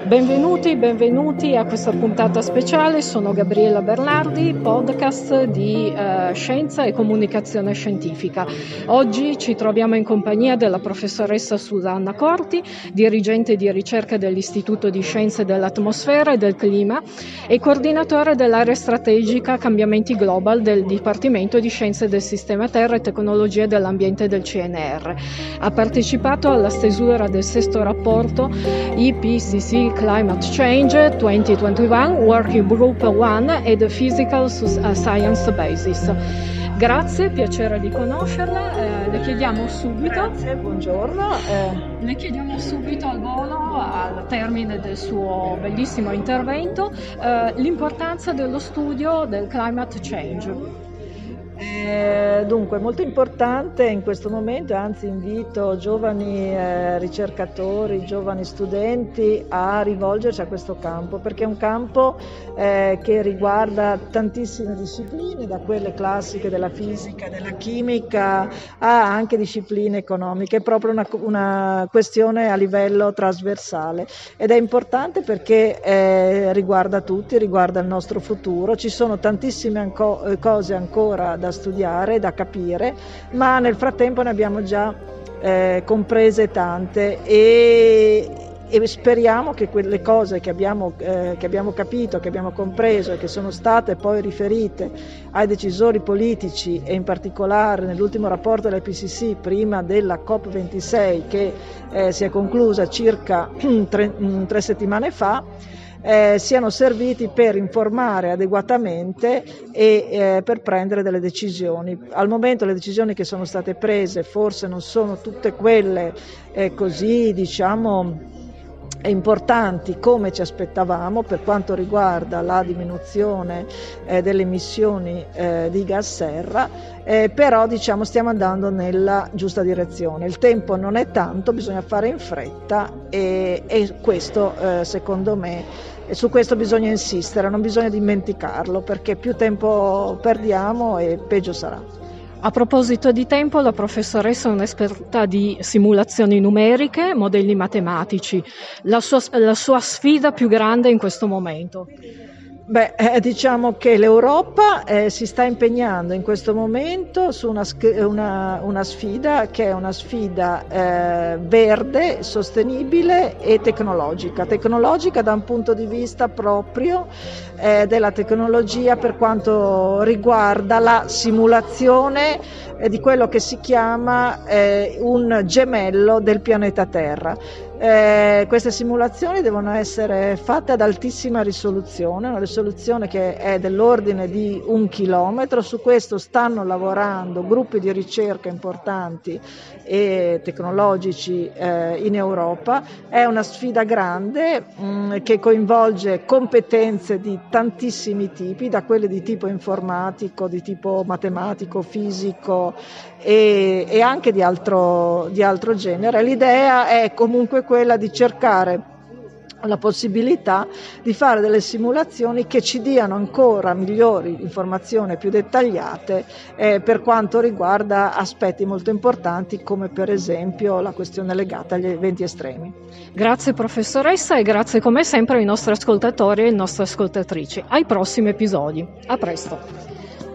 Benvenuti a questa puntata speciale. Sono Gabriella Bernardi, podcast di Scienza e Comunicazione Scientifica. Oggi ci troviamo in compagnia della professoressa Susanna Corti, dirigente di ricerca dell'Istituto di Scienze dell'Atmosfera e del Clima e coordinatore dell'area strategica Cambiamenti Global del Dipartimento di Scienze del Sistema Terra e Tecnologie dell'Ambiente del CNR. Ha partecipato alla stesura del sesto rapporto IPCC Climate Change 2021 Working Group 1 e The Physical Science Basis. Grazie, piacere di conoscerla. Le chiediamo subito. Grazie, buongiorno. Le chiediamo subito al volo, al termine del suo bellissimo intervento, l'importanza dello studio del climate change. Dunque, molto importante in questo momento, anzi invito giovani ricercatori, giovani studenti a rivolgersi a questo campo, perché è un campo che riguarda tantissime discipline, da quelle classiche della fisica, della chimica, a anche discipline economiche. È proprio una questione a livello trasversale ed è importante perché riguarda tutti, riguarda il nostro futuro. Ci sono tantissime cose ancora da studiare, da capire, ma nel frattempo ne abbiamo già comprese tante e speriamo che quelle cose che abbiamo capito, che abbiamo compreso e che sono state poi riferite ai decisori politici e in particolare nell'ultimo rapporto dell'IPCC prima della COP26 che si è conclusa circa 3 settimane fa, siano serviti per informare adeguatamente e per prendere delle decisioni. Al momento le decisioni che sono state prese forse non sono tutte quelle così, diciamo, importanti come ci aspettavamo per quanto riguarda la diminuzione delle emissioni di gas serra, però diciamo stiamo andando nella giusta direzione. Il tempo non è tanto, bisogna fare in fretta e questo secondo me, su questo bisogna insistere, non bisogna dimenticarlo, perché più tempo perdiamo e peggio sarà. A proposito di tempo, la professoressa è un'esperta di simulazioni numeriche, modelli matematici. La sua sfida più grande in questo momento? Diciamo che l'Europa si sta impegnando in questo momento su una sfida che è una sfida verde, sostenibile e tecnologica. Tecnologica da un punto di vista proprio della tecnologia per quanto riguarda la simulazione di quello che si chiama un gemello del pianeta Terra. Queste simulazioni devono essere fatte ad altissima risoluzione, una risoluzione che è dell'ordine di 1 chilometro. Su questo stanno lavorando gruppi di ricerca importanti e tecnologici in Europa. È una sfida grande che coinvolge competenze di tantissimi tipi, da quelle di tipo informatico, di tipo matematico, fisico e anche di altro genere. L'idea è comunque quella di cercare la possibilità di fare delle simulazioni che ci diano ancora migliori informazioni più dettagliate per quanto riguarda aspetti molto importanti come per esempio la questione legata agli eventi estremi. Grazie professoressa e grazie come sempre ai nostri ascoltatori e alle nostre ascoltatrici. Ai prossimi episodi. A presto.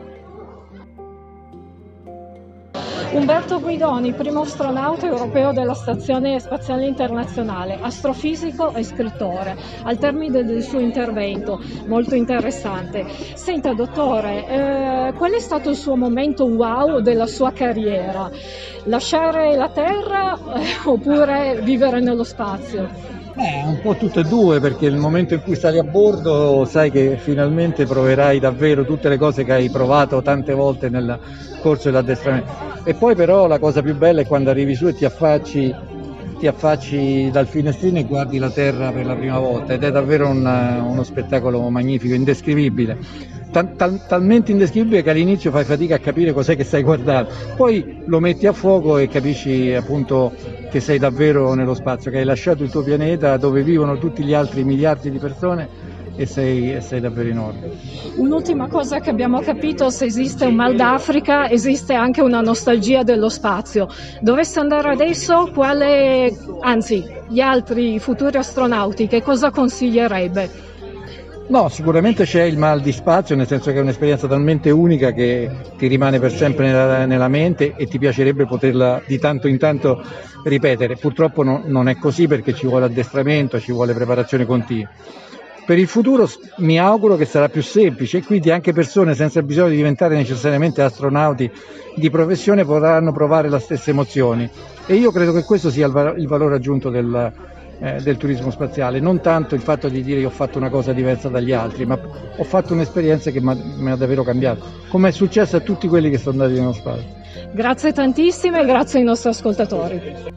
Umberto Guidoni, primo astronauta europeo della Stazione Spaziale Internazionale, astrofisico e scrittore. Al termine del suo intervento, molto interessante. Senta, dottore, qual è stato il suo momento wow della sua carriera? Lasciare la Terra oppure vivere nello spazio? Un po' tutte e due, perché il momento in cui stai a bordo sai che finalmente proverai davvero tutte le cose che hai provato tante volte nel corso dell'addestramento. E poi però la cosa più bella è quando arrivi su e ti affacci dal finestrino e guardi la Terra per la prima volta, ed è davvero uno spettacolo magnifico, indescrivibile. Talmente indescrivibile che all'inizio fai fatica a capire cos'è che stai guardando, poi lo metti a fuoco e capisci appunto che sei davvero nello spazio, che hai lasciato il tuo pianeta dove vivono tutti gli altri miliardi di persone e sei davvero in ordine. Un'ultima cosa che abbiamo capito: se esiste un mal d'Africa, esiste anche una nostalgia dello spazio. Dovesse andare adesso, gli altri futuri astronauti, che cosa consiglierebbe? No, sicuramente c'è il mal di spazio, nel senso che è un'esperienza talmente unica che ti rimane per sempre nella mente e ti piacerebbe poterla di tanto in tanto ripetere. Purtroppo non è così, perché ci vuole addestramento, ci vuole preparazione continua. Per il futuro mi auguro che sarà più semplice e quindi anche persone senza bisogno di diventare necessariamente astronauti di professione potranno provare le stesse emozioni, e io credo che questo sia il valore aggiunto del turismo spaziale, non tanto il fatto di dire che ho fatto una cosa diversa dagli altri, ma ho fatto un'esperienza che mi ha davvero cambiato, come è successo a tutti quelli che sono andati nello spazio. Grazie tantissime e grazie ai nostri ascoltatori.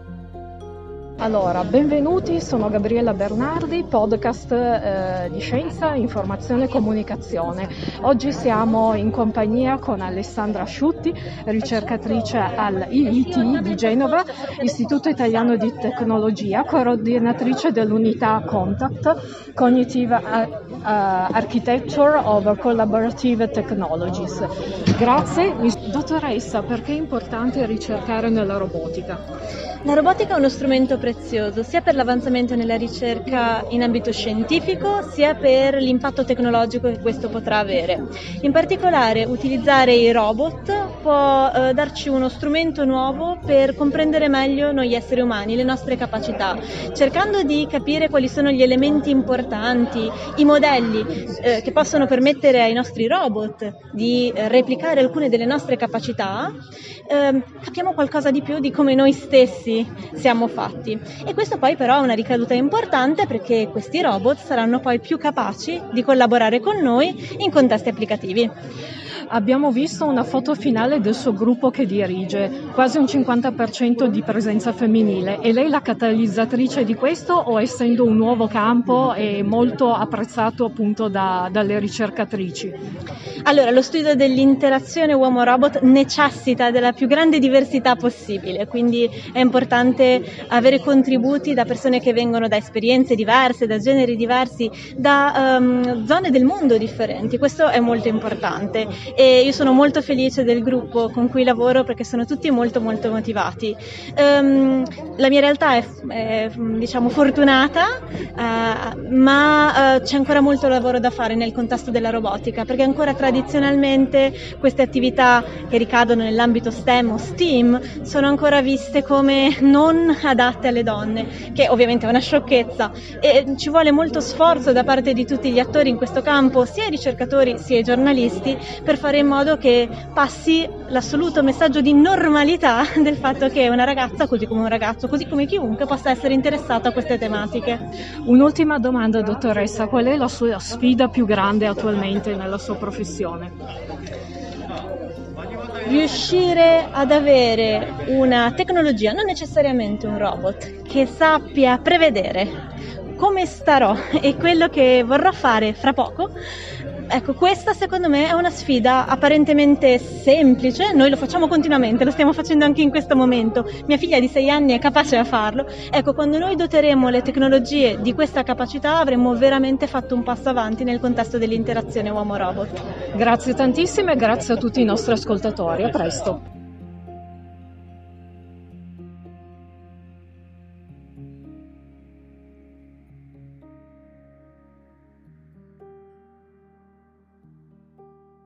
Allora, benvenuti, sono Gabriella Bernardi, podcast di scienza, informazione e comunicazione. Oggi siamo in compagnia con Alessandra Asciutti, ricercatrice all'IIT di Genova, Istituto Italiano di Tecnologia, coordinatrice dell'unità CONTACT, Cognitive Architecture of Collaborative Technologies. Grazie. Dottoressa, perché è importante ricercare nella robotica? La robotica è uno strumento prezioso sia per l'avanzamento nella ricerca in ambito scientifico sia per l'impatto tecnologico che questo potrà avere. In particolare, utilizzare i robot può darci uno strumento nuovo per comprendere meglio noi esseri umani, le nostre capacità, cercando di capire quali sono gli elementi importanti, i modelli che possono permettere ai nostri robot di replicare alcune delle nostre capacità. Capiamo qualcosa di più di come noi stessi siamo fatti, e questo poi però ha una ricaduta importante, perché questi robot saranno poi più capaci di collaborare con noi in contesti applicativi. Abbiamo visto una foto finale del suo gruppo che dirige, quasi un 50% di presenza femminile. È lei la catalizzatrice di questo, o essendo un nuovo campo è molto apprezzato appunto dalle ricercatrici? Allora, lo studio dell'interazione uomo-robot necessita della più grande diversità possibile, quindi è importante avere contributi da persone che vengono da esperienze diverse, da generi diversi, da zone del mondo differenti. Questo è molto importante. E io sono molto felice del gruppo con cui lavoro, perché sono tutti molto molto motivati. La mia realtà è diciamo fortunata, ma c'è ancora molto lavoro da fare nel contesto della robotica, perché ancora tradizionalmente queste attività che ricadono nell'ambito STEM o STEAM sono ancora viste come non adatte alle donne, che ovviamente è una sciocchezza, e ci vuole molto sforzo da parte di tutti gli attori in questo campo, sia i ricercatori sia i giornalisti, per fare in modo che passi l'assoluto messaggio di normalità del fatto che una ragazza, così come un ragazzo, così come chiunque, possa essere interessato a queste tematiche. Un'ultima domanda, dottoressa: qual è la sua sfida più grande attualmente nella sua professione? Riuscire ad avere una tecnologia, non necessariamente un robot, che sappia prevedere come starò e quello che vorrò fare fra poco. Ecco, questa secondo me è una sfida apparentemente semplice, noi lo facciamo continuamente, lo stiamo facendo anche in questo momento, mia figlia di 6 anni è capace a farlo. Ecco, quando noi doteremo le tecnologie di questa capacità avremo veramente fatto un passo avanti nel contesto dell'interazione uomo-robot. Grazie tantissime e grazie a tutti i nostri ascoltatori, a presto.